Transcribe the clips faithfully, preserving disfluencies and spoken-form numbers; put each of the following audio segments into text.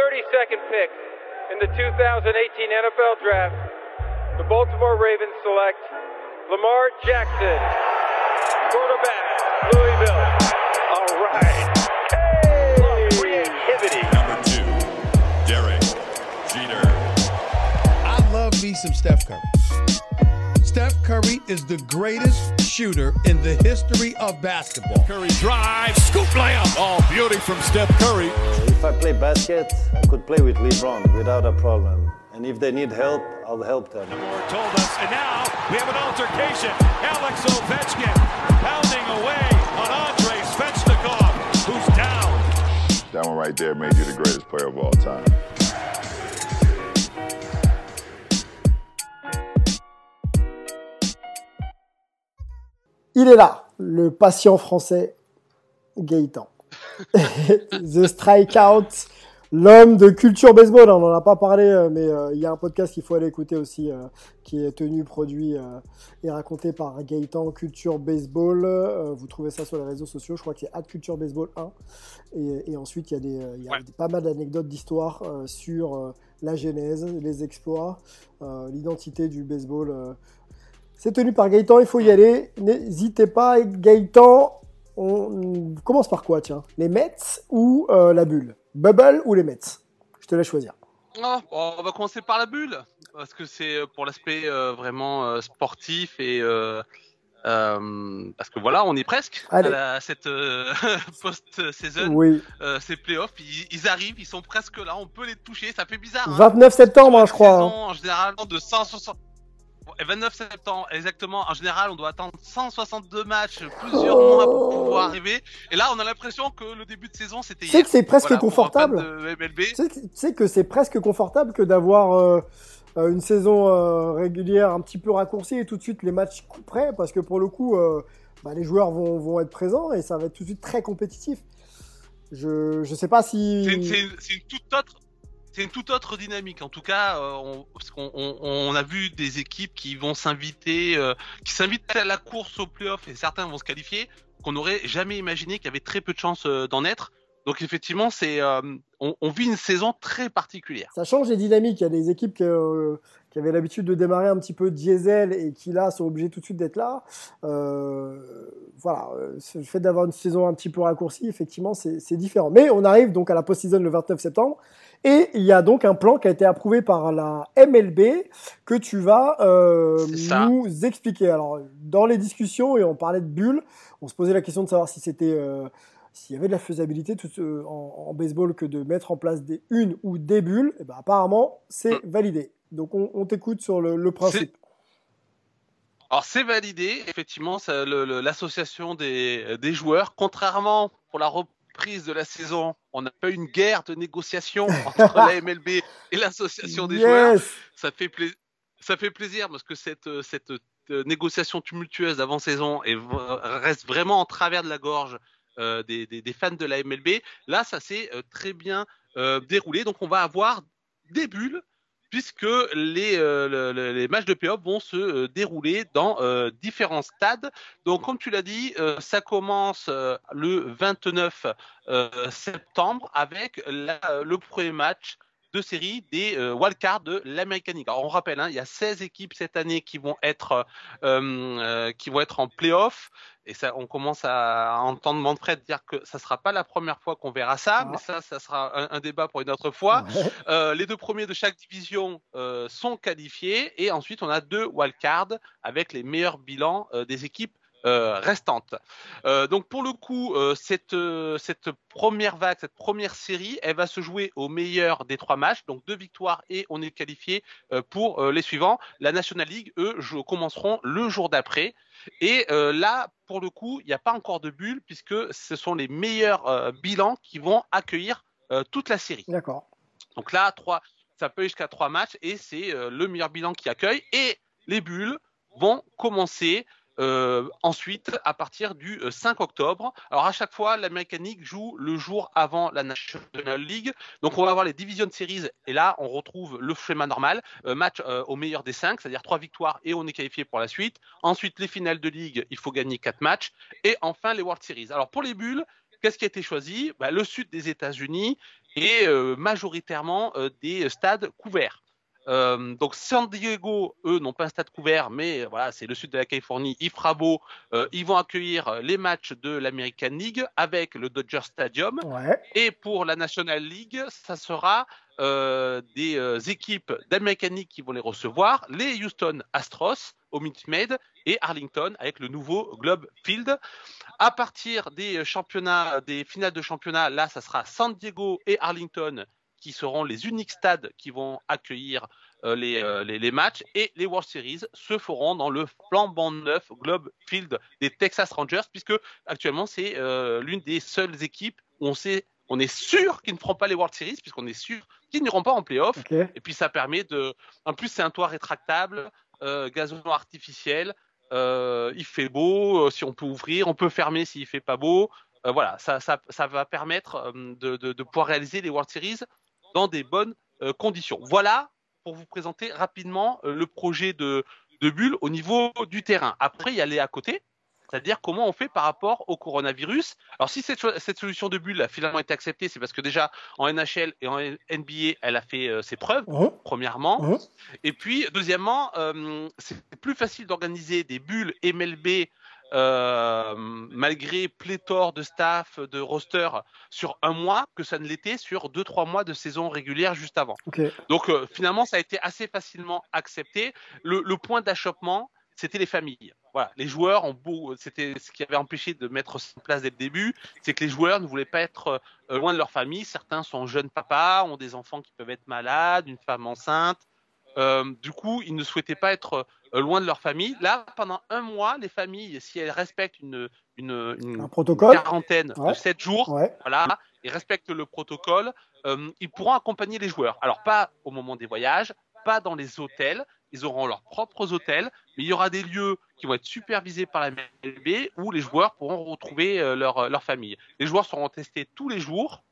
thirty-second pick in the two thousand eighteen N F L Draft, the Baltimore Ravens select Lamar Jackson, quarterback, Louisville. All right. Hey! Creativity. Number two, Derek Jeter. I love me some Steph Curry. Steph Curry is the greatest shooter in the history of basketball. Curry drive, scoop layup. Oh, beauty from Steph Curry. If I play basket, I could play with LeBron without a problem. And if they need help, I'll help them. Moore told us, and now we have an altercation. Alex Ovechkin pounding away on Andrei Svechnikov, who's down. That one right there made you the greatest player of all time. Il est là, le patient français Gaëtan. The Strikeout, l'homme de culture baseball. On n'en a pas parlé, mais euh, il y a un podcast qu'il faut aller écouter aussi, euh, qui est tenu, produit euh, et raconté par Gaëtan, Culture Baseball. Euh, vous trouvez ça sur les réseaux sociaux, je crois que c'est arobase culture baseball un. Et, et ensuite, il y a, des, il y a ouais. des, pas mal d'anecdotes d'histoire euh, sur euh, la genèse, les exploits, euh, l'identité du baseball. Euh, C'est tenu par Gaëtan, il faut y aller. N'hésitez pas, Gaëtan. On commence par quoi, tiens? Les Mets ou euh, la bulle? Bubble ou les Mets? Je te laisse choisir. Oh, on va commencer par la bulle, parce que c'est pour l'aspect euh, vraiment euh, sportif et euh, euh, parce que voilà, on est presque Allez. à la, cette euh, post-saison. Oui. Euh, ces playoffs, ils, ils arrivent, ils sont presque là, on peut les toucher. Ça fait bizarre. Hein. vingt-neuf septembre, hein, je crois. Saison, hein. En général, de cent soixante. vingt-neuf septembre, exactement. En général, on doit attendre cent soixante-deux matchs, plusieurs oh. mois pour pouvoir arriver. Et là, on a l'impression que le début de saison, c'était hier. Tu sais que c'est presque voilà, confortable. Tu sais, sais que c'est presque confortable que d'avoir euh, une saison euh, régulière un petit peu raccourcie et tout de suite les matchs couperets, parce que pour le coup, euh, bah, les joueurs vont, vont être présents et ça va être tout de suite très compétitif. Je je sais pas si. C'est, c'est, c'est une toute autre. C'est une toute autre dynamique. En tout cas, euh, on, parce qu'on on, on a vu des équipes qui vont s'inviter, euh, qui s'invitent à la course au play-off et certains vont se qualifier, qu'on n'aurait jamais imaginé qu'il y avait très peu de chances euh, d'en être. Donc effectivement, c'est, euh, on, on vit une saison très particulière. Ça change les dynamiques. Il y a des équipes qui, euh, qui avaient l'habitude de démarrer un petit peu diesel et qui là sont obligées tout de suite d'être là. Euh, voilà, le fait d'avoir une saison un petit peu raccourcie, effectivement, c'est, c'est différent. Mais on arrive donc à la post-season le vingt-neuf septembre. Et il y a donc un plan qui a été approuvé par la M L B que tu vas euh, nous expliquer. Alors, dans les discussions, et on parlait de bulles, on se posait la question de savoir si c'était, euh, s'il y avait de la faisabilité tout, euh, en, en baseball que de mettre en place des une ou des bulles. Et ben apparemment, c'est validé. Donc, on, on t'écoute sur le, le principe. C'est... Alors, c'est validé. Effectivement, ça, le, le, l'association des, des joueurs, contrairement pour la reprise prise de la saison, on n'a pas eu une guerre de négociation entre la M L B et l'association des yes. joueurs. Ça fait, pla- ça fait plaisir parce que cette, cette négociation tumultueuse d'avant-saison est, reste vraiment en travers de la gorge euh, des, des, des fans de la M L B. Là, ça s'est euh, très bien euh, déroulé. Donc, on va avoir des bulles puisque les, euh, le, les matchs de play-off vont se euh, dérouler dans euh, différents stades. Donc, comme tu l'as dit, euh, ça commence euh, le vingt-neuf septembre avec la, le premier match de série des euh, wildcards de l'American League. Alors, on rappelle, hein, il y a seize équipes cette année qui vont être, euh, euh, qui vont être en play-off. Et ça, on commence à entendre Manfred dire que ça sera pas la première fois qu'on verra ça, ah. mais ça, ça sera un, un débat pour une autre fois. Ouais. Euh, les deux premiers de chaque division euh, sont qualifiés et ensuite on a deux wildcards avec les meilleurs bilans euh, des équipes euh, restantes. Euh, donc pour le coup, euh, cette euh, cette première vague, cette première série, elle va se jouer au meilleur des trois matchs, donc deux victoires et on est qualifié euh, pour euh, les suivants. La National League, eux, je, commenceront le jour d'après. Et euh, là, pour le coup, il n'y a pas encore de bulle puisque ce sont les meilleurs euh, bilans qui vont accueillir euh, toute la série. D'accord. Donc là, trois, ça peut aller jusqu'à trois matchs et c'est euh, le meilleur bilan qui accueille. Et les bulles vont commencer euh, ensuite à partir du euh, cinq octobre. Alors à chaque fois, l'American League joue le jour avant la National League. Donc on va avoir les Division Series et là, on retrouve le schéma normal. Euh, match euh, au meilleur des cinq, c'est-à-dire trois victoires et on est qualifié pour la suite. Ensuite, les finales de ligue, il faut gagner quatre matchs. Et enfin, les World Series. Alors pour les bulles, qu'est-ce qui a été choisi ? Bah, le sud des États-Unis et euh, majoritairement euh, des stades couverts. Euh, donc San Diego, eux, n'ont pas un stade couvert, mais voilà, c'est le sud de la Californie, il fera beau. Euh, ils vont accueillir les matchs de l'American League avec le Dodger Stadium. Ouais. Et pour la National League, ça sera euh, des euh, équipes d'American League qui vont les recevoir, les Houston Astros au Minute Maid et Arlington avec le nouveau Globe Field. À partir des championnats, des finales de championnat, là, ça sera San Diego et Arlington qui seront les uniques stades qui vont accueillir euh, les, euh, les, les matchs, et les World Series se feront dans le flambant neuf Globe Field des Texas Rangers, puisque actuellement c'est euh, l'une des seules équipes où on sait, on est sûr qu'ils ne feront pas les World Series, puisqu'on est sûr qu'ils n'iront pas en playoff. Okay. Et puis ça permet de, en plus c'est un toit rétractable, euh, gazon artificiel, euh, il fait beau, euh, si on peut ouvrir, on peut fermer s'il fait pas beau. Euh, voilà, ça, ça, ça va permettre euh, de, de, de pouvoir réaliser les World Series dans des bonnes euh, conditions. Voilà pour vous présenter rapidement euh, le projet de, de bulle au niveau du terrain. Après, il y a les à côté, c'est-à-dire comment on fait par rapport au coronavirus. Alors, si cette, cette solution de bulle a finalement été acceptée, c'est parce que déjà, en N H L et en N B A, elle a fait euh, ses preuves, mmh. premièrement. Mmh. Et puis, deuxièmement, euh, c'est plus facile d'organiser des bulles M L B Euh, malgré pléthore de staff, de roster sur un mois, que ça ne l'était sur deux trois mois de saison régulière juste avant. Okay. Donc euh, finalement, ça a été assez facilement accepté. Le, le point d'achoppement, c'était les familles. Voilà, les joueurs ont beau, c'était ce qui avait empêché de mettre ça en place dès le début, c'est que les joueurs ne voulaient pas être euh, loin de leur famille. Certains sont jeunes papas, ont des enfants qui peuvent être malades, une femme enceinte. Euh, du coup, ils ne souhaitaient pas être euh, loin de leur famille. Là, pendant un mois, les familles, si elles respectent une, une, une, un protocole. une quarantaine ouais. de sept jours, ouais. voilà, et respectent le protocole, euh, ils pourront accompagner les joueurs. Alors, pas au moment des voyages, pas dans les hôtels. Ils auront leurs propres hôtels, mais il y aura des lieux qui vont être supervisés par la M L B où les joueurs pourront retrouver euh, leur, leur famille. Les joueurs seront testés tous les jours,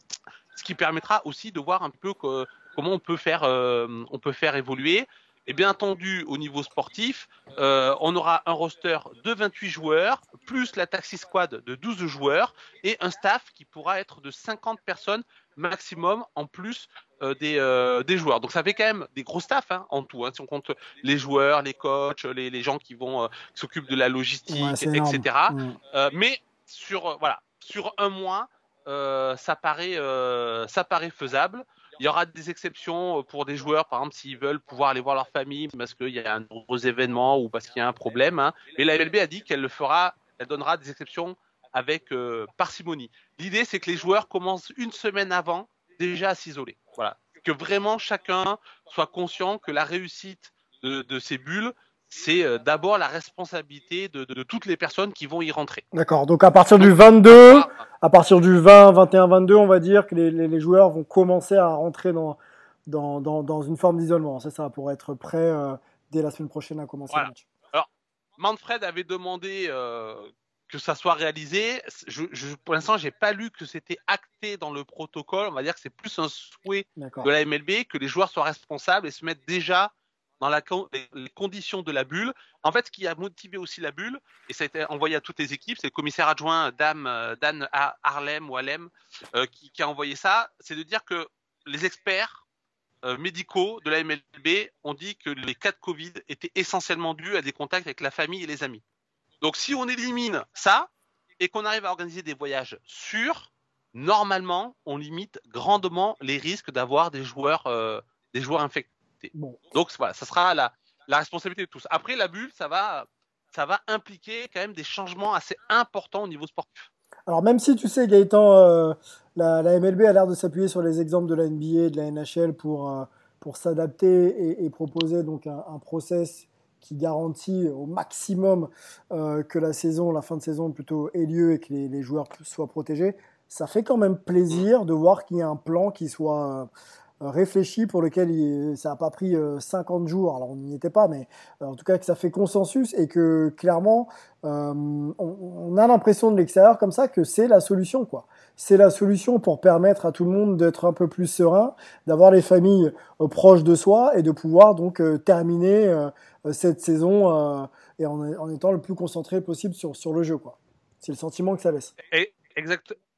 ce qui permettra aussi de voir un peu que, comment on peut faire, euh, on peut faire évoluer. Et bien entendu, au niveau sportif, euh, on aura un roster de vingt-huit joueurs, plus la taxi squad de douze joueurs, et un staff qui pourra être de cinquante personnes maximum en plus euh, des, euh, des joueurs. Donc ça fait quand même des gros staffs hein, en tout, hein, si on compte les joueurs, les coachs, les, les gens qui vont euh, qui s'occupent de la logistique, ouais, et cetera. Mmh. Euh, mais sur, euh, voilà, sur un mois, euh, ça, paraît, euh, ça paraît faisable. Il y aura des exceptions pour des joueurs, par exemple, s'ils veulent pouvoir aller voir leur famille parce qu'il y a un gros événement ou parce qu'il y a un problème. Hein. Et la M L B a dit qu'elle le fera, elle donnera des exceptions avec euh, parcimonie. L'idée, c'est que les joueurs commencent une semaine avant déjà à s'isoler. Voilà. Que vraiment chacun soit conscient que la réussite de, de ces bulles, c'est euh, d'abord la responsabilité de, de, de toutes les personnes qui vont y rentrer. D'accord. Donc à partir du vingt-deux, à partir du vingt, vingt et un, vingt-deux, on va dire que les, les, les joueurs vont commencer à rentrer dans, dans, dans, dans une forme d'isolement. C'est ça, pour être prêt euh, dès la semaine prochaine à commencer voilà. le match. Alors, Manfred avait demandé euh, que ça soit réalisé. Je, je, pour l'instant, j'ai pas lu que c'était acté dans le protocole. On va dire que c'est plus un souhait D'accord. de la M L B que les joueurs soient responsables et se mettent déjà dans la, les conditions de la bulle. En fait, ce qui a motivé aussi la bulle, et ça a été envoyé à toutes les équipes, c'est le commissaire adjoint Dan, Dan Harlem ou Harlem euh, qui, qui a envoyé ça, c'est de dire que les experts euh, médicaux de la M L B ont dit que les cas de Covid étaient essentiellement dus à des contacts avec la famille et les amis. Donc si on élimine ça et qu'on arrive à organiser des voyages sûrs, normalement, on limite grandement les risques d'avoir des joueurs, euh, des joueurs infectés. Bon. Donc voilà, ça sera la, la responsabilité de tous. Après, la bulle, ça va, ça va impliquer quand même des changements assez importants au niveau sportif. Alors même si tu sais, Gaëtan, euh, la, la M L B a l'air de s'appuyer sur les exemples de la N B A et de la N H L pour, euh, pour s'adapter et, et proposer donc un, un process qui garantit au maximum euh, que la saison, la fin de saison plutôt ait lieu et que les, les joueurs soient protégés, ça fait quand même plaisir de voir qu'il y a un plan qui soit... Euh, réfléchi, pour lequel il, ça n'a pas pris euh, cinquante jours, alors on n'y était pas, mais euh, en tout cas que ça fait consensus et que clairement euh, on, on a l'impression de l'extérieur comme ça que c'est la solution, quoi. C'est la solution pour permettre à tout le monde d'être un peu plus serein, d'avoir les familles euh, proches de soi et de pouvoir donc euh, terminer euh, cette saison euh, et en, en étant le plus concentré possible sur, sur le jeu, quoi. C'est le sentiment que ça laisse. Et, exact.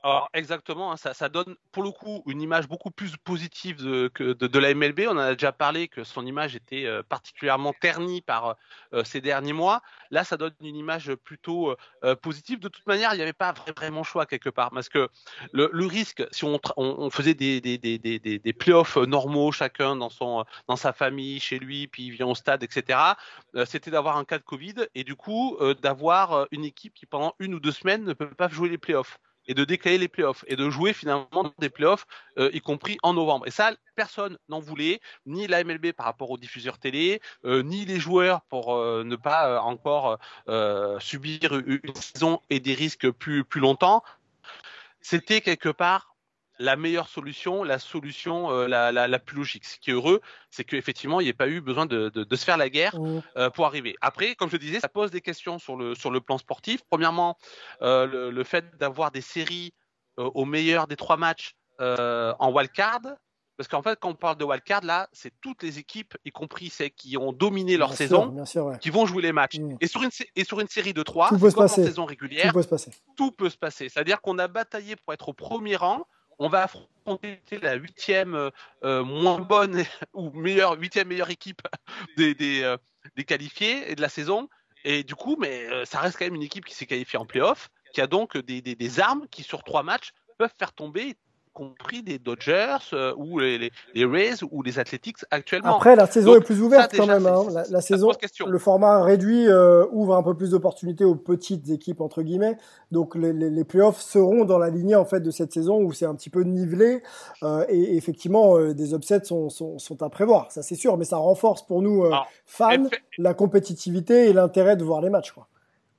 Alors exactement, hein, ça, ça donne pour le coup une image beaucoup plus positive de, que de, de la M L B. On en a déjà parlé que son image était euh, particulièrement ternie par euh, ces derniers mois. Là, ça donne une image plutôt euh, positive. De toute manière, il n'y avait pas vraiment choix quelque part, parce que le, le risque, si on, on, on faisait des, des, des, des, des playoffs normaux, chacun dans son dans sa famille, chez lui, puis il vient au stade, et cetera. Euh, c'était d'avoir un cas de Covid et du coup euh, d'avoir une équipe qui pendant une ou deux semaines ne peut pas jouer les playoffs. Et de décaler les playoffs et de jouer finalement des playoffs, euh, y compris en novembre. Et ça, personne n'en voulait, ni la M L B par rapport aux diffuseurs télé, euh, ni les joueurs pour euh, ne pas euh, encore euh, subir une, une saison et des risques plus, plus longtemps. C'était quelque part la meilleure solution, la solution euh, la, la, la plus logique. Ce qui est heureux, c'est qu'effectivement, il n'y ait pas eu besoin de, de, de se faire la guerre euh, pour arriver. Après, comme je disais, ça pose des questions sur le, sur le plan sportif. Premièrement, euh, le, le fait d'avoir des séries euh, au meilleur des trois matchs euh, en wildcard. Parce qu'en fait, quand on parle de wildcard, là, c'est toutes les équipes, y compris celles qui ont dominé leur bien saison, sûr, bien sûr, ouais. qui vont jouer les matchs. Mmh. Et, sur une, et sur une série de trois, tout peut se comme passer. en saison régulière, tout peut se passer. Tout peut se passer. C'est-à-dire qu'on a bataillé pour être au premier rang. On va affronter la huitième euh, moins bonne ou meilleure, huitième meilleure équipe des, des, euh, des qualifiés et de la saison. Et du coup, mais euh, ça reste quand même une équipe qui s'est qualifiée en play-off, qui a donc des, des, des armes qui, sur trois matchs, peuvent faire tomber, y compris des Dodgers euh, ou les, les, les Rays ou les Athletics actuellement. Après, la saison donc, est plus ouverte ça, quand déjà, même. Hein. La, la saison, question. Le format réduit euh, ouvre un peu plus d'opportunités aux petites équipes entre guillemets. Donc les, les, les playoffs seront dans la lignée en fait de cette saison où c'est un petit peu nivelé euh, et, et effectivement euh, des upsets sont, sont, sont à prévoir. Ça c'est sûr, mais ça renforce pour nous euh, Alors, fans fait... la compétitivité et l'intérêt de voir les matchs, quoi.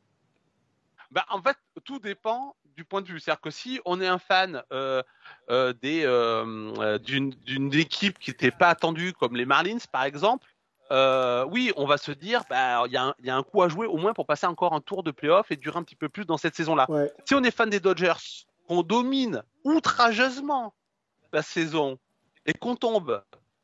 Bah, en fait, tout dépend du point de vue. C'est-à-dire que si on est un fan euh, euh, des, euh, d'une, d'une équipe qui n'était pas attendue, comme les Marlins par exemple, euh, oui, on va se dire, bah, il y, y a un coup à jouer au moins pour passer encore un tour de play-off et durer un petit peu plus dans cette saison-là. Ouais. Si on est fan des Dodgers, qu'on domine outrageusement la saison et qu'on tombe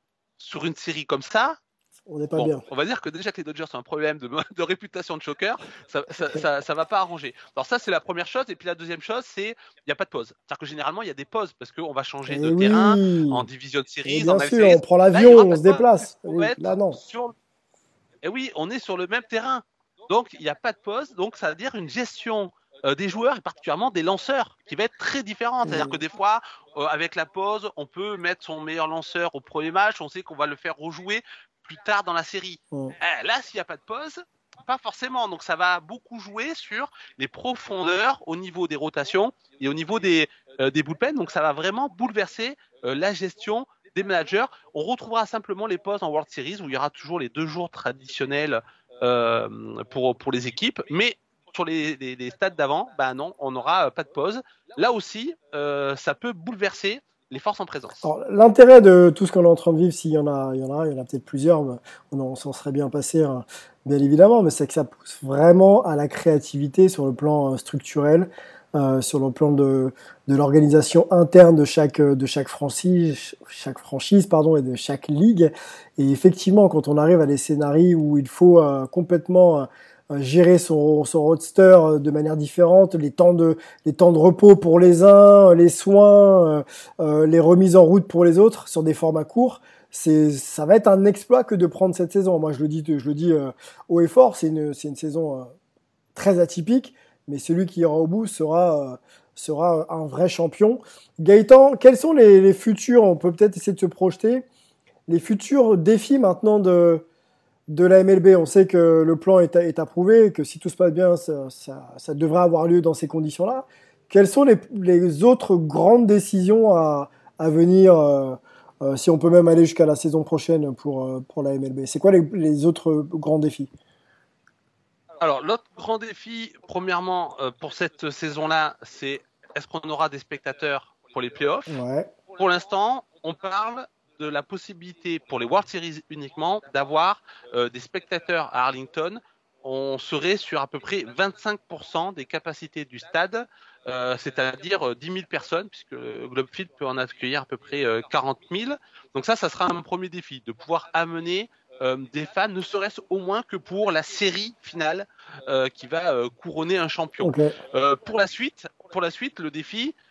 sur une série comme ça, on n'est pas bon, bien. On va dire que déjà que les Dodgers ont un problème de, de réputation de choker, ça, ça, ça, ça va pas arranger. Alors ça, c'est la première chose. Et puis la deuxième chose, c'est il n'y a pas de pause. C'est-à-dire que généralement, il y a des pauses parce qu'on va changer et de oui. terrain en division de série. Bien en sûr, series. on prend l'avion, là, on se déplace. Oui, là, non. Sur... Et oui, on est sur le même terrain. Donc, il n'y a pas de pause. Donc, ça veut dire une gestion euh, des joueurs et particulièrement des lanceurs qui va être très différente. C'est-à-dire mmh. que des fois, euh, avec la pause, on peut mettre son meilleur lanceur au premier match. On sait qu'on va le faire rejouer plus tard dans la série. Mmh. Eh, là, s'il n'y a pas de pause, pas forcément. Donc, ça va beaucoup jouer sur les profondeurs au niveau des rotations et au niveau des, euh, des bullpen. Donc, ça va vraiment bouleverser euh, la gestion des managers. On retrouvera simplement les pauses en World Series où il y aura toujours les deux jours traditionnels euh, pour, pour les équipes. Mais sur les, les, les stades d'avant, bah non, on n'aura euh, pas de pause. Là aussi, euh, ça peut bouleverser les forces en présence. Alors, l'intérêt de tout ce qu'on est en train de vivre, s'il y en a, il y en a, il y en a peut-être plusieurs, on, on s'en serait bien passé, hein, bien évidemment, mais c'est que ça pousse vraiment à la créativité sur le plan euh, structurel, euh, sur le plan de, de l'organisation interne de chaque, de chaque franchise, chaque franchise, pardon, et de chaque ligue. Et effectivement, quand on arrive à des scénarios où il faut euh, complètement euh, gérer son, son roster de manière différente, les temps de, les temps de repos pour les uns, les soins, euh, euh, les remises en route pour les autres sur des formats courts, c'est, ça va être un exploit que de prendre cette saison. Moi, je le dis, je le dis euh, haut et fort, c'est une, c'est une saison euh, très atypique, mais celui qui ira au bout sera, euh, sera un vrai champion. Gaëtan, quels sont les, les futurs, on peut peut-être essayer de se projeter, les futurs défis maintenant de de la M L B? On sait que le plan est, est approuvé et que si tout se passe bien, ça, ça, ça devrait avoir lieu dans ces conditions-là. Quelles sont les, les autres grandes décisions à, à venir, euh, euh, si on peut même aller jusqu'à la saison prochaine pour, euh, pour la M L B? C'est quoi les, les autres grands défis? Alors, l'autre grand défi, premièrement, euh, pour cette saison-là, c'est est-ce qu'on aura des spectateurs pour les playoffs? Ouais. Pour l'instant, on parle de la possibilité pour les World Series uniquement d'avoir euh, des spectateurs à Arlington. On serait sur à peu près vingt-cinq pour cent des capacités du stade, euh, c'est-à-dire euh, dix mille personnes, puisque le Globe Field peut en accueillir à peu près euh, quarante mille. Donc ça, ça sera un premier défi, de pouvoir amener euh, des fans, ne serait-ce au moins que pour la série finale euh, qui va euh, couronner un champion. Okay. Euh, pour la suite, pour la suite, le défi,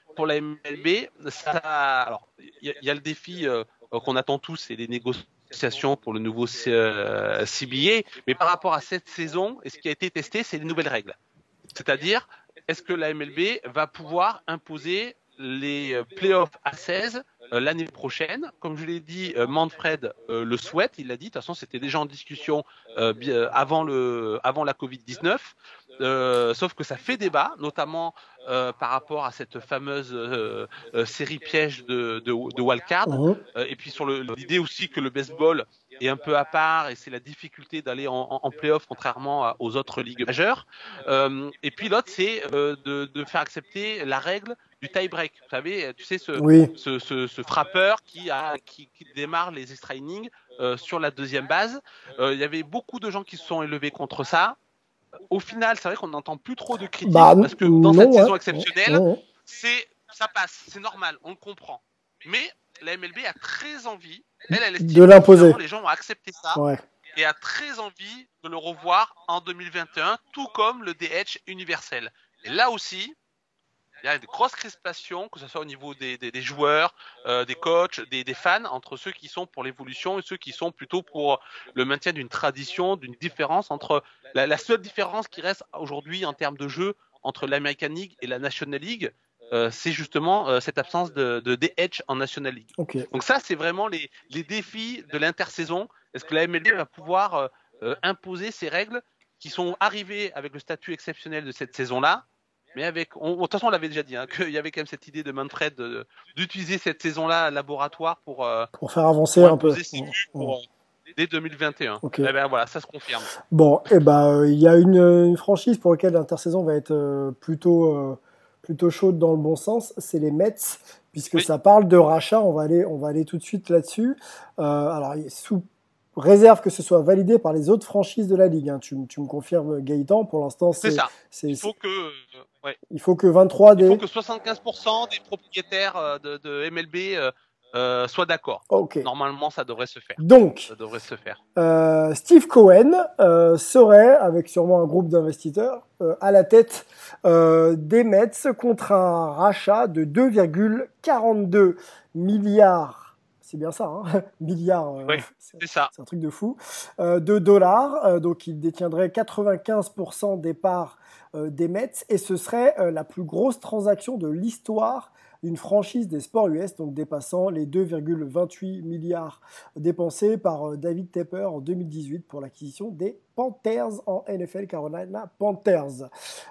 pour la M L B, ça, alors il y, y a le défi euh, qu'on attend tous, c'est les négociations pour le nouveau C, euh, C B A, mais par rapport à cette saison, et ce qui a été testé, c'est les nouvelles règles. C'est-à-dire, est-ce que la M L B va pouvoir imposer les playoffs à seize euh, l'année prochaine? Comme je l'ai dit, euh, Manfred euh, le souhaite, il l'a dit, de toute façon c'était déjà en discussion euh, bien, avant, le, avant la covid dix-neuf, euh, sauf que ça fait débat, notamment euh, par rapport à cette fameuse euh, euh, série piège de, de, de wildcard, Mmh. euh, et puis sur le, l'idée aussi que le baseball est un peu à part, et c'est la difficulté d'aller en, en, en play-off contrairement à, aux autres ligues majeures. Euh, et puis l'autre, c'est euh, de, de faire accepter la règle du tie-break. Vous savez, tu sais, ce, Oui. ce, ce, ce frappeur qui, a, qui, qui démarre les extra innings euh, sur la deuxième base. Euh, il y avait beaucoup de gens qui se sont élevés contre ça. Au final, c'est vrai qu'on n'entend plus trop de critiques Bah, parce que dans non, cette ouais. saison exceptionnelle, Non, non. c'est, ça passe, c'est normal, on le comprend. Mais la M L B a très envie, elle, elle estime De l'imposer. que les gens ont accepté ça Ouais. et a très envie de le revoir en deux mille vingt et un, tout comme le D H universel. Et là aussi, il y a des grosses crispations, que ce soit au niveau des, des, des joueurs, euh, des coachs, des, des fans, entre ceux qui sont pour l'évolution et ceux qui sont plutôt pour le maintien d'une tradition, d'une différence entre la, la seule différence qui reste aujourd'hui en termes de jeu entre l'American League et la National League, euh, c'est justement euh, cette absence de, de D H en National League. Ok. Donc ça, c'est vraiment les, les défis de l'intersaison. Est-ce que la M L B va pouvoir euh, euh, imposer ces règles qui sont arrivées avec le statut exceptionnel de cette saison-là? Mais avec, on, de toute façon, on l'avait déjà dit, hein, qu'il y avait quand même cette idée de Manfred de, d'utiliser cette saison-là laboratoire pour, euh, Pour faire avancer pour un peu. imposer ses vues pour, euh, dès deux mille vingt et un. Ok. Eh ben voilà, ça se confirme. Bon, et ben il y a une, une franchise pour laquelle l'intersaison va être euh, plutôt euh, plutôt chaude dans le bon sens, c'est les Mets, puisque Oui. ça parle de rachat. On va aller on va aller tout de suite là-dessus. Euh, alors sous réserve que ce soit validé par les autres franchises de la ligue. Hein. Tu, tu me confirmes, Gaëtan. Pour l'instant, c'est, C'est ça. c'est Il faut que, euh, ouais. il faut que vingt-trois Il faut des. que soixante-quinze pour cent des propriétaires euh, de, de M L B euh, euh, soient d'accord. Ok. Normalement, ça devrait se faire. Donc, Ça devrait se faire. Euh, Steve Cohen euh, serait, avec sûrement un groupe d'investisseurs, euh, à la tête euh, des Mets contre un rachat de deux virgule quarante-deux milliards. C'est bien ça, hein milliards. Euh, Oui, c'est, c'est ça. c'est un truc de fou. Euh, de dollars. Euh, donc, il détiendrait quatre-vingt-quinze pour cent des parts euh, des Mets et ce serait euh, la plus grosse transaction de l'histoire d'une franchise des sports U S, donc dépassant les deux virgule vingt-huit milliards dépensés par David Tepper en deux mille dix-huit pour l'acquisition des Panthers en N F L, Carolina Panthers.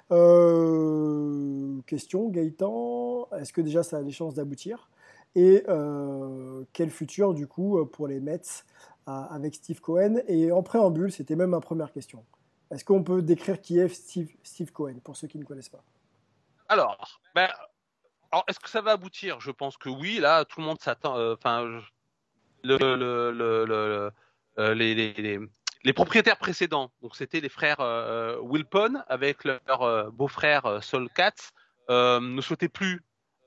Euh, question, Gaëtan, est-ce que déjà ça a des chances d'aboutir? Et euh, quel futur du coup pour les Mets euh, avec Steve Cohen? Et en préambule, c'était même ma première question. Est-ce qu'on peut décrire qui est Steve, Steve Cohen pour ceux qui ne connaissent pas? Alors, ben, alors, est-ce que ça va aboutir? Je pense que oui. Là, tout le monde s'attend. Enfin, euh, le, le, le, le, euh, les, les, les, les propriétaires précédents, donc c'était les frères euh, Wilpon avec leur euh, beau-frère euh, Saul Katz, euh, ne souhaitaient plus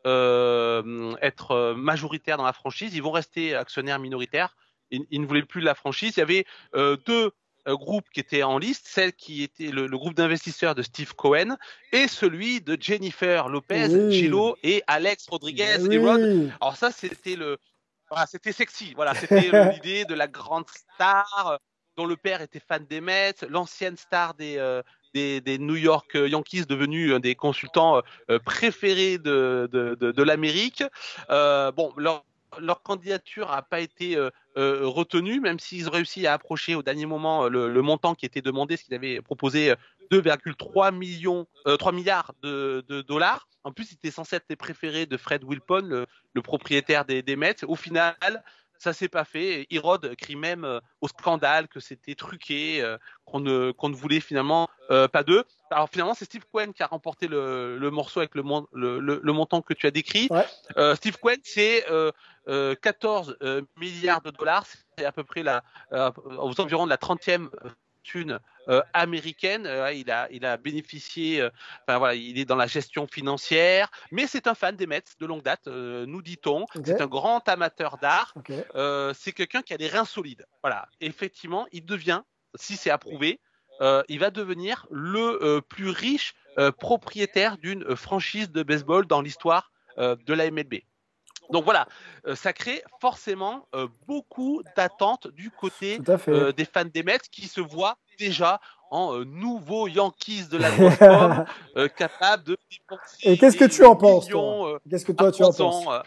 euh, être majoritaires dans la franchise. Ils vont rester actionnaires minoritaires. Ils, ils ne voulaient plus de la franchise. Il y avait euh, deux euh, groupes qui étaient en liste, celle qui était le, le groupe d'investisseurs de Steve Cohen et celui de Jennifer Lopez, Oui. Gillo et Alex Rodriguez Oui. et Rod. Alors ça, c'était le, voilà, c'était sexy. Voilà, c'était l'idée de la grande star dont le père était fan des Mets, l'ancienne star des euh, Des, des New York Yankees devenus des consultants euh, préférés de, de, de, de l'Amérique. Euh, bon, leur, leur candidature n'a pas été euh, euh, retenue, même s'ils ont réussi à approcher au dernier moment le, le montant qui était demandé, ce qu'ils avaient proposé deux virgule trois millions, euh, trois milliards de, de dollars. En plus, c'était censé être les préférés de Fred Wilpon, le, le propriétaire des, des Mets. Au final, ça s'est pas fait. Hérode crie même euh, au scandale que c'était truqué, euh, qu'on ne qu'on ne voulait finalement euh, pas d'eux. Alors finalement, c'est Steve Cohen qui a remporté le, le morceau avec le, mon, le, le, le montant que tu as décrit. Ouais. Euh, Steve Cohen, c'est euh, euh, quatorze euh, milliards de dollars, c'est à peu près la, euh, aux environs de la trentième fortune euh, américaine. Euh, il a il a bénéficié. Euh, enfin voilà, il est dans la gestion financière, mais c'est un fan des Mets de longue date, euh, nous dit-on. Okay. C'est un grand amateur d'art. Okay. Euh, c'est quelqu'un qui a des reins solides. Voilà, effectivement, il devient, si c'est approuvé, euh, il va devenir le euh, plus riche euh, propriétaire d'une franchise de baseball dans l'histoire euh, de la M L B. Donc voilà, euh, ça crée forcément euh, beaucoup d'attentes du côté euh, des fans des Mets qui se voient déjà en euh, nouveau Yankees de la grosse pomme, euh, capable de dépenser. Et qu'est-ce que tu en penses, toi euh, Qu'est-ce que toi tu en penses euh...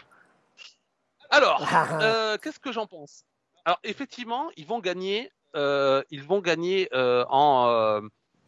Alors, euh, qu'est-ce que j'en pense Alors effectivement, ils vont gagner, euh, ils vont gagner euh, en euh,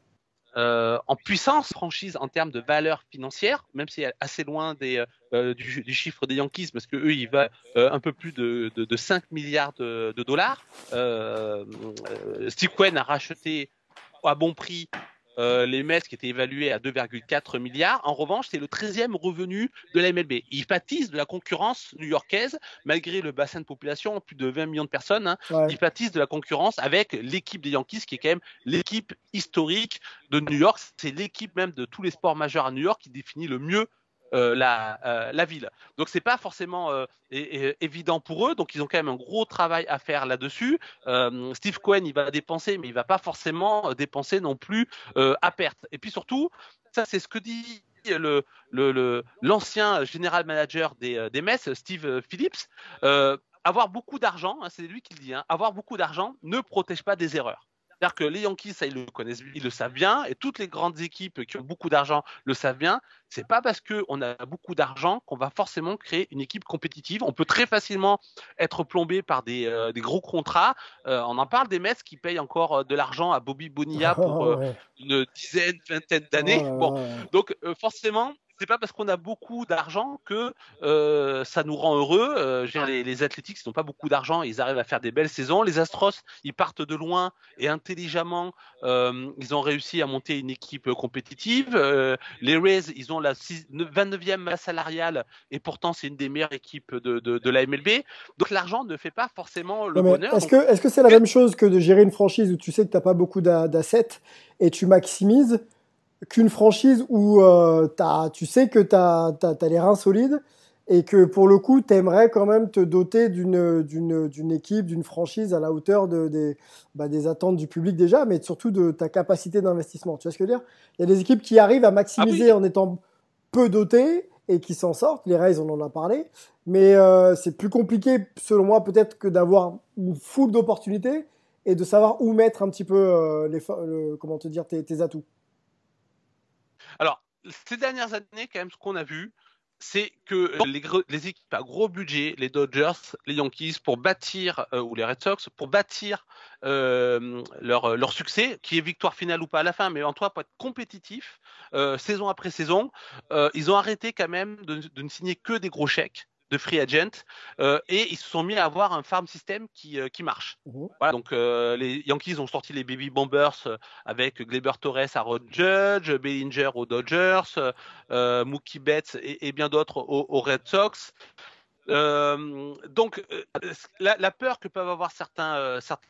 Euh, en puissance franchise en termes de valeur financière, même si elle est assez loin des, euh, du, du chiffre des Yankees, parce que eux, ils va euh, un peu plus de, de, de cinq milliards de, de dollars. Euh, euh, Steve Cohen a racheté à bon prix euh, les Mets qui étaient évalués à deux virgule quatre milliards. En revanche, c'est le treizième revenu de la M L B. Ils pâtissent de la concurrence new-yorkaise, malgré le bassin de population, plus de vingt millions de personnes. Hein, ouais. Ils pâtissent de la concurrence avec l'équipe des Yankees, qui est quand même l'équipe historique de New York. C'est l'équipe même de tous les sports majeurs à New York qui définit le mieux Euh, la, euh, la ville. Donc c'est pas forcément euh, é- é- évident pour eux, donc ils ont quand même un gros travail à faire là-dessus. Euh, Steve Cohen, il va dépenser, mais il va pas forcément dépenser non plus euh, à perte. Et puis surtout, ça c'est ce que dit le, le, le, l'ancien général manager des, des Mets, Steve Phillips, euh, avoir beaucoup d'argent, hein, c'est lui qui le dit, hein, avoir beaucoup d'argent ne protège pas des erreurs. C'est-à-dire que les Yankees, ça, ils le connaissent, ils le savent bien, et toutes les grandes équipes qui ont beaucoup d'argent le savent bien. C'est pas parce qu'on a beaucoup d'argent qu'on va forcément créer une équipe compétitive. On peut très facilement être plombé par des, euh, des gros contrats. Euh, on en parle des Mets qui payent encore de l'argent à Bobby Bonilla pour euh, oh, ouais. une dizaine, vingtaine d'années. Oh, bon, ouais. Donc euh, forcément. C'est pas parce qu'on a beaucoup d'argent que euh, ça nous rend heureux. Euh, les, les Athletics n'ont pas beaucoup d'argent, ils arrivent à faire des belles saisons. Les Astros, ils partent de loin et intelligemment, euh, ils ont réussi à monter une équipe compétitive. Euh, les Rays, ils ont la vingt-neuvième masse salariale et pourtant c'est une des meilleures équipes de, de, de la M L B. Donc l'argent ne fait pas forcément le non, bonheur. Est-ce donc... que est-ce que c'est la même chose que de gérer une franchise où tu sais que tu n'as pas beaucoup d'assets et tu maximises qu'une franchise où euh, t'as, tu sais que tu as les reins solides et que pour le coup, tu aimerais quand même te doter d'une, d'une, d'une équipe, d'une franchise à la hauteur de, des, bah, des attentes du public déjà, mais surtout de ta capacité d'investissement. Tu vois ce que je veux dire ? Il y a des équipes qui arrivent à maximiser ah oui. en étant peu dotées et qui s'en sortent. Les Rays, on en a parlé. Mais euh, c'est plus compliqué, selon moi, peut-être que d'avoir une foule d'opportunités et de savoir où mettre un petit peu euh, les, le, comment te dire, tes, tes atouts. Alors, ces dernières années, quand même, ce qu'on a vu, c'est que les, les équipes à gros budget, les Dodgers, les Yankees, pour bâtir, euh, ou les Red Sox, pour bâtir euh, leur, leur succès, qui est victoire finale ou pas à la fin, mais en tout cas pour être compétitif, euh, saison après saison, euh, ils ont arrêté quand même de, de ne signer que des gros chèques de free agent euh, et ils se sont mis à avoir un farm system qui, euh, qui marche. Mmh. Voilà, donc euh, les Yankees ont sorti les baby bombers euh, avec Gleyber Torres à Rod Judge, Bellinger aux Dodgers, euh, Mookie Betts et, et bien d'autres aux, aux Red Sox. Euh, donc euh, la, la peur que peuvent avoir certains, euh, certains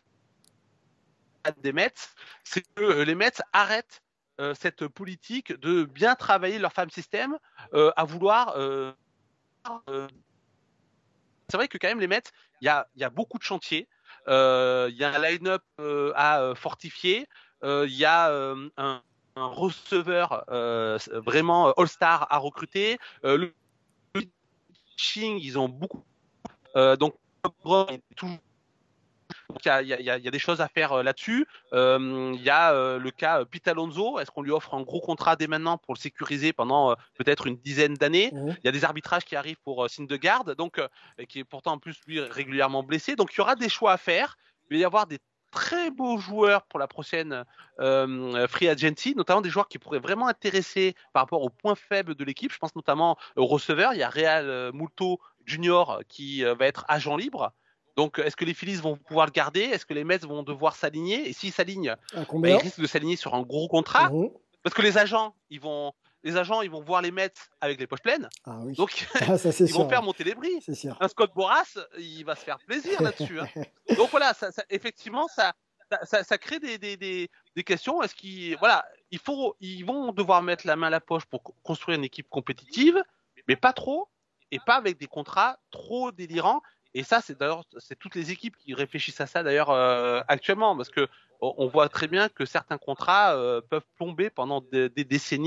des Mets, c'est que euh, les Mets arrêtent euh, cette politique de bien travailler leur farm system euh, à vouloir euh, euh, c'est vrai que quand même les Mets, il y a, y a beaucoup de chantiers, il euh, y a un line-up euh, à euh, fortifier, il euh, y a euh, un, un receveur euh, vraiment all-star à recruter, euh, le pitching, ils ont beaucoup, euh, donc il est toujours Donc il y, y, y a des choses à faire euh, là-dessus. Il euh, y a euh, le cas euh, Pete Alonso. Est-ce qu'on lui offre un gros contrat dès maintenant pour le sécuriser pendant euh, peut-être une dizaine d'années ? Il mmh. y a des arbitrages qui arrivent pour euh, Syndergaard, donc euh, qui est pourtant en plus lui régulièrement blessé. Donc il y aura des choix à faire. Il va y avoir des très beaux joueurs pour la prochaine euh, free agency, notamment des joueurs qui pourraient vraiment intéresser par rapport aux points faibles de l'équipe. Je pense notamment au receveur. Il y a Real euh, Muto Junior qui euh, va être agent libre. Donc, est-ce que les Phillies vont pouvoir le garder ? Est-ce que les Mets vont devoir s'aligner ? Et s'ils s'alignent, bah, ils risquent de s'aligner sur un gros contrat. Mmh. Parce que les agents, ils vont, les agents, ils vont voir les Mets avec les poches pleines. Ah, oui. Donc, ah, ça, ils sûr. vont faire monter les bris. Un Scott Boras, il va se faire plaisir là-dessus. Hein. Donc voilà, ça, ça, effectivement, ça, ça, ça crée des, des, des, des questions. Est-ce qu'ils, voilà, il faut, ils vont devoir mettre la main à la poche pour construire une équipe compétitive, mais pas trop, et pas avec des contrats trop délirants. Et ça, c'est d'ailleurs, c'est toutes les équipes qui réfléchissent à ça d'ailleurs euh, actuellement, parce que on voit très bien que certains contrats euh, peuvent plomber pendant des, des décennies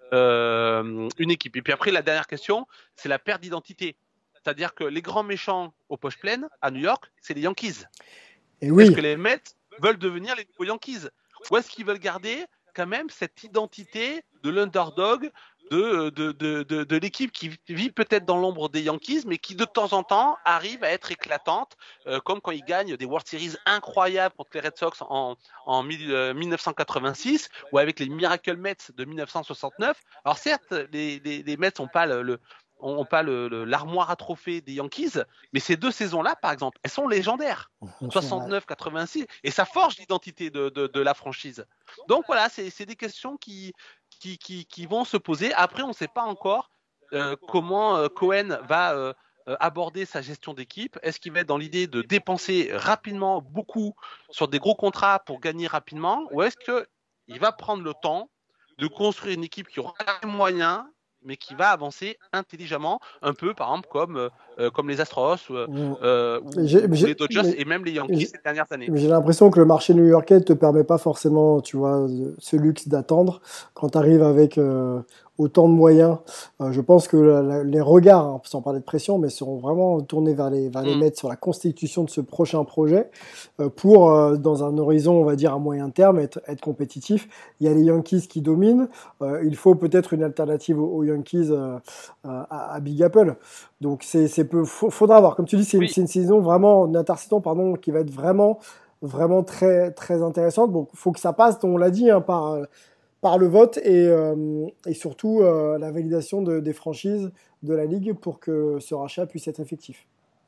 euh, une équipe. Et puis après, la dernière question, c'est la perte d'identité. C'est-à-dire que les grands méchants aux poches pleines, à New York, c'est les Yankees. Et oui. Est-ce que les Mets veulent devenir les nouveaux Yankees? Ou est-ce qu'ils veulent garder quand même cette identité de l'underdog, de, de, de, de, de l'équipe qui vit peut-être dans l'ombre des Yankees, mais qui de temps en temps arrive à être éclatante, euh, comme quand ils gagnent des World Series incroyables contre les Red Sox en, en mille, euh, dix-neuf cent quatre-vingt-six, ou avec les Miracle Mets de dix-neuf cent soixante-neuf. Alors certes, les, les, les Mets n'ont pas le, le ont pas le, le, l'armoire à trophées des Yankees, mais ces deux saisons-là, par exemple, elles sont légendaires. soixante-neuf quatre-vingt-six, et ça forge l'identité de, de, de la franchise. Donc voilà, c'est, c'est des questions qui, qui, qui, qui vont se poser. Après, on ne sait pas encore euh, comment euh, Cohen va euh, aborder sa gestion d'équipe. Est-ce qu'il va être dans l'idée de dépenser rapidement beaucoup sur des gros contrats pour gagner rapidement, ou est-ce qu'il va prendre le temps de construire une équipe qui aura les moyens, mais qui va avancer intelligemment, un peu par exemple comme, euh, comme les Astros euh, euh, ou, j'ai, ou j'ai, les Dodgers mais, et même les Yankees ces dernières années. J'ai l'impression que le marché new-yorkais ne te permet pas forcément, tu vois, ce luxe d'attendre quand tu arrives avec euh, autant de moyens. Euh, je pense que la, la, les regards, hein, sans parler de pression, mais seront vraiment tournés vers les, vers les mmh. Mets sur la constitution de ce prochain projet euh, pour, euh, dans un horizon, on va dire, à moyen terme, être, être compétitif. Il y a les Yankees qui dominent. Euh, il faut peut-être une alternative aux, aux Yankees euh, à, à Big Apple. Donc, c'est, c'est peu, faudra voir. Comme tu dis, c'est, oui. une, c'est une saison vraiment, une intersaison, pardon, qui va être vraiment, vraiment très, très intéressante. Bon, faut que ça passe, on l'a dit, hein, par, par le vote et, euh, et surtout euh, la validation de, des franchises de la Ligue pour que ce rachat puisse être effectif.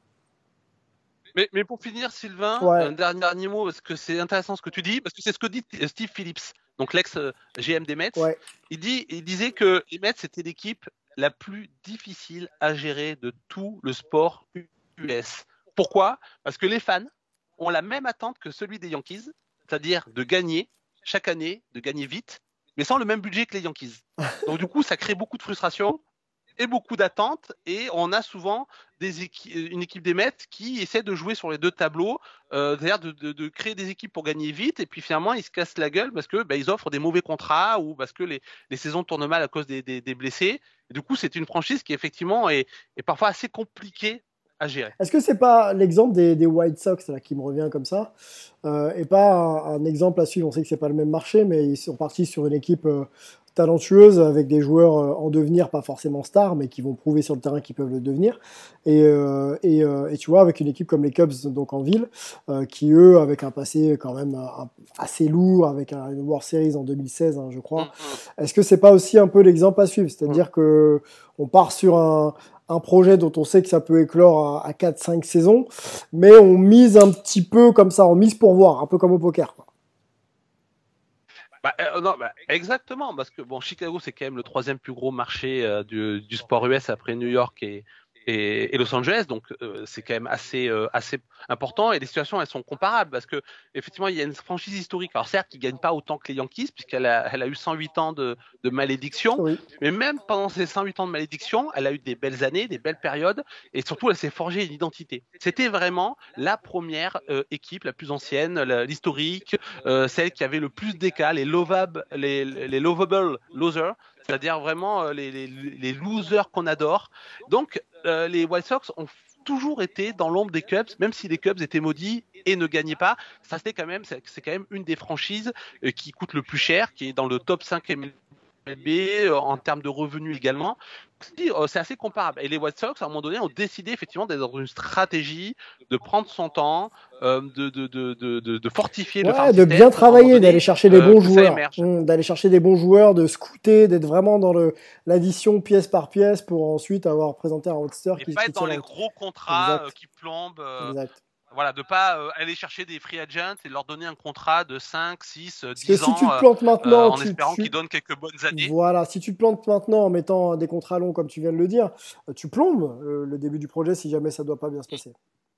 Mais, mais pour finir, Sylvain, ouais. un dernier, dernier mot, parce que c'est intéressant ce que tu dis, parce que c'est ce que dit Steve Phillips, donc l'ex-G M des Mets. Ouais. Il, dit, il disait que les Mets, c'était l'équipe la plus difficile à gérer de tout le sport U S. Pourquoi? Parce que les fans ont la même attente que celui des Yankees, c'est-à-dire de gagner chaque année, de gagner vite, mais sans le même budget que les Yankees. Donc du coup, ça crée beaucoup de frustration et beaucoup d'attentes, et on a souvent des équi- une équipe des Mets qui essaie de jouer sur les deux tableaux, euh, c'est-à-dire de, de, de créer des équipes pour gagner vite, et puis finalement ils se cassent la gueule parce que bah, ils offrent des mauvais contrats ou parce que les, les saisons tournent mal à cause des, des, des blessés. Et du coup, c'est une franchise qui effectivement est, est parfois assez compliquée à gérer. Est-ce que c'est pas l'exemple des, des White Sox là, qui me revient comme ça, euh, et pas un, un exemple à suivre? On sait que c'est pas le même marché, mais ils sont partis sur une équipe euh, talentueuse avec des joueurs euh, en devenir, pas forcément stars, mais qui vont prouver sur le terrain qu'ils peuvent le devenir. Et, euh, et, euh, et tu vois, avec une équipe comme les Cubs, donc en ville, euh, qui eux, avec un passé quand même un, assez lourd, avec un, une World Series en deux mille seize, hein, je crois. Mm-hmm. Est-ce que c'est pas aussi un peu l'exemple à suivre? C'est-à-dire mm-hmm. que on part sur un un projet dont on sait que ça peut éclore à, à quatre cinq saisons, mais on mise un petit peu comme ça, on mise pour voir, un peu comme au poker, quoi. Bah, euh, non, bah, exactement, parce que bon, Chicago, c'est quand même le troisième plus gros marché euh, du, du sport U S après New York et, et, et Los Angeles, donc euh, c'est quand même assez, euh, assez important, et les situations, elles sont comparables, parce que effectivement, il y a une franchise historique, alors certes, qui gagne pas autant que les Yankees, puisqu'elle a, elle a eu cent huit ans de, de malédiction, oui. Mais même pendant ces cent huit ans de malédiction, elle a eu des belles années, des belles périodes, et surtout, elle s'est forgée une identité. C'était vraiment la première euh, équipe, la plus ancienne, la, l'historique, euh, celle qui avait le plus d'écart, les lovable, les, les lovable losers, c'est-à-dire vraiment euh, les, les, les losers qu'on adore. Donc, euh, les White Sox ont toujours été dans l'ombre des Cubs, même si les Cubs étaient maudits et ne gagnaient pas. Ça, c'était quand même, c'est, c'est quand même une des franchises euh, qui coûte le plus cher, qui est dans le top cinq M L B euh, en termes de revenus également. C'est assez comparable. Et les White Sox, à un moment donné, ont décidé effectivement d'être dans une stratégie, de prendre son temps, euh, de, de, de, de, de fortifier ouais, le farm de system, bien travailler, donné, d'aller chercher des euh, bons joueurs, mmh, d'aller chercher des bons joueurs, de scouter, d'être vraiment dans le, l'addition pièce par pièce pour ensuite avoir présenté un roster et qui pas qui être dans les la... gros contrats euh, qui plombent. Euh, exact. Voilà, de pas euh, aller chercher des free agents et leur donner un contrat de cinq, six, Parce dix que ans si tu te plantes maintenant, euh, en tu, espérant tu... qu'ils donnent quelques bonnes années. Voilà, si tu te plantes maintenant en mettant des contrats longs, comme tu viens de le dire, tu plombes euh, le début du projet si jamais ça doit pas bien se passer.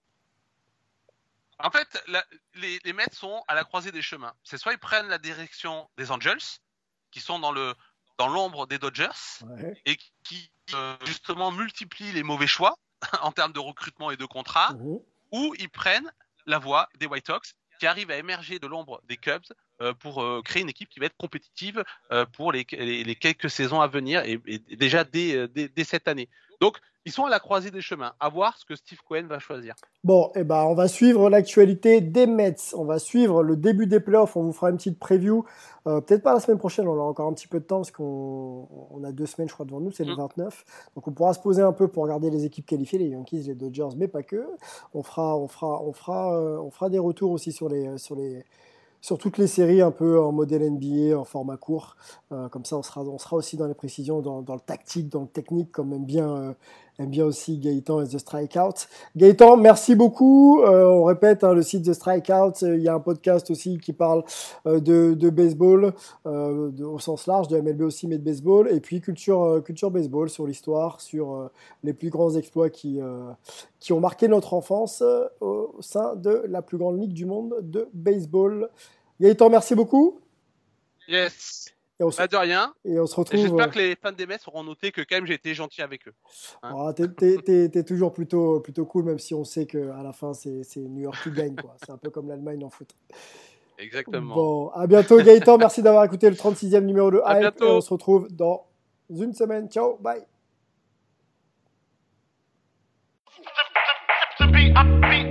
En fait, la, les, les Mets sont à la croisée des chemins. C'est soit ils prennent la direction des Angels, qui sont dans, le, dans l'ombre des Dodgers, ouais. et qui euh, justement multiplient les mauvais choix en termes de recrutement et de contrats, mmh. ou ils prennent la voie des White Sox, qui arrive à émerger de l'ombre des Cubs euh, pour euh, créer une équipe qui va être compétitive euh, pour les, les, les quelques saisons à venir et, et déjà dès, dès, dès cette année. Donc, ils sont à la croisée des chemins. À voir ce que Steve Cohen va choisir. Bon, eh ben, on va suivre l'actualité des Mets. On va suivre le début des playoffs. On vous fera une petite preview. Euh, peut-être pas la semaine prochaine. On a encore un petit peu de temps parce qu'on on a deux semaines, je crois, devant nous. C'est le vingt-neuf. Donc, on pourra se poser un peu pour regarder les équipes qualifiées, les Yankees, les Dodgers, mais pas que. On fera, on fera, on fera, euh, on fera des retours aussi sur les, sur les, sur toutes les séries un peu en modèle N B A, en format court. Euh, comme ça, on sera, on sera aussi dans les précisions, dans, dans le tactique, dans le technique, comme aime bien, euh, aime bien aussi Gaëtan et The Strikeout. Gaëtan, merci beaucoup. Euh, on répète, hein, le site The Strikeout, il y a un podcast aussi qui parle euh, de, de baseball, euh, de, au sens large, de M L B aussi, mais de baseball. Et puis culture, euh, culture baseball, sur l'histoire, sur euh, les plus grands exploits qui, euh, qui ont marqué notre enfance euh, au sein de la plus grande ligue du monde de baseball. Gaëtan, merci beaucoup. Yes. Et on se, Pas de rien. Et on se retrouve. Et j'espère que les fans des Mets auront noté que quand même j'ai été gentil avec eux. Hein. Ah, t'es, t'es, t'es, t'es toujours plutôt, plutôt cool, même si on sait qu'à la fin, c'est, c'est New York qui gagne, quoi. C'est un peu comme l'Allemagne en foot. Exactement. Bon, à bientôt Gaëtan. Merci d'avoir écouté le trente-sixième numéro de à Hype. bientôt. Et on se retrouve dans une semaine. Ciao, bye.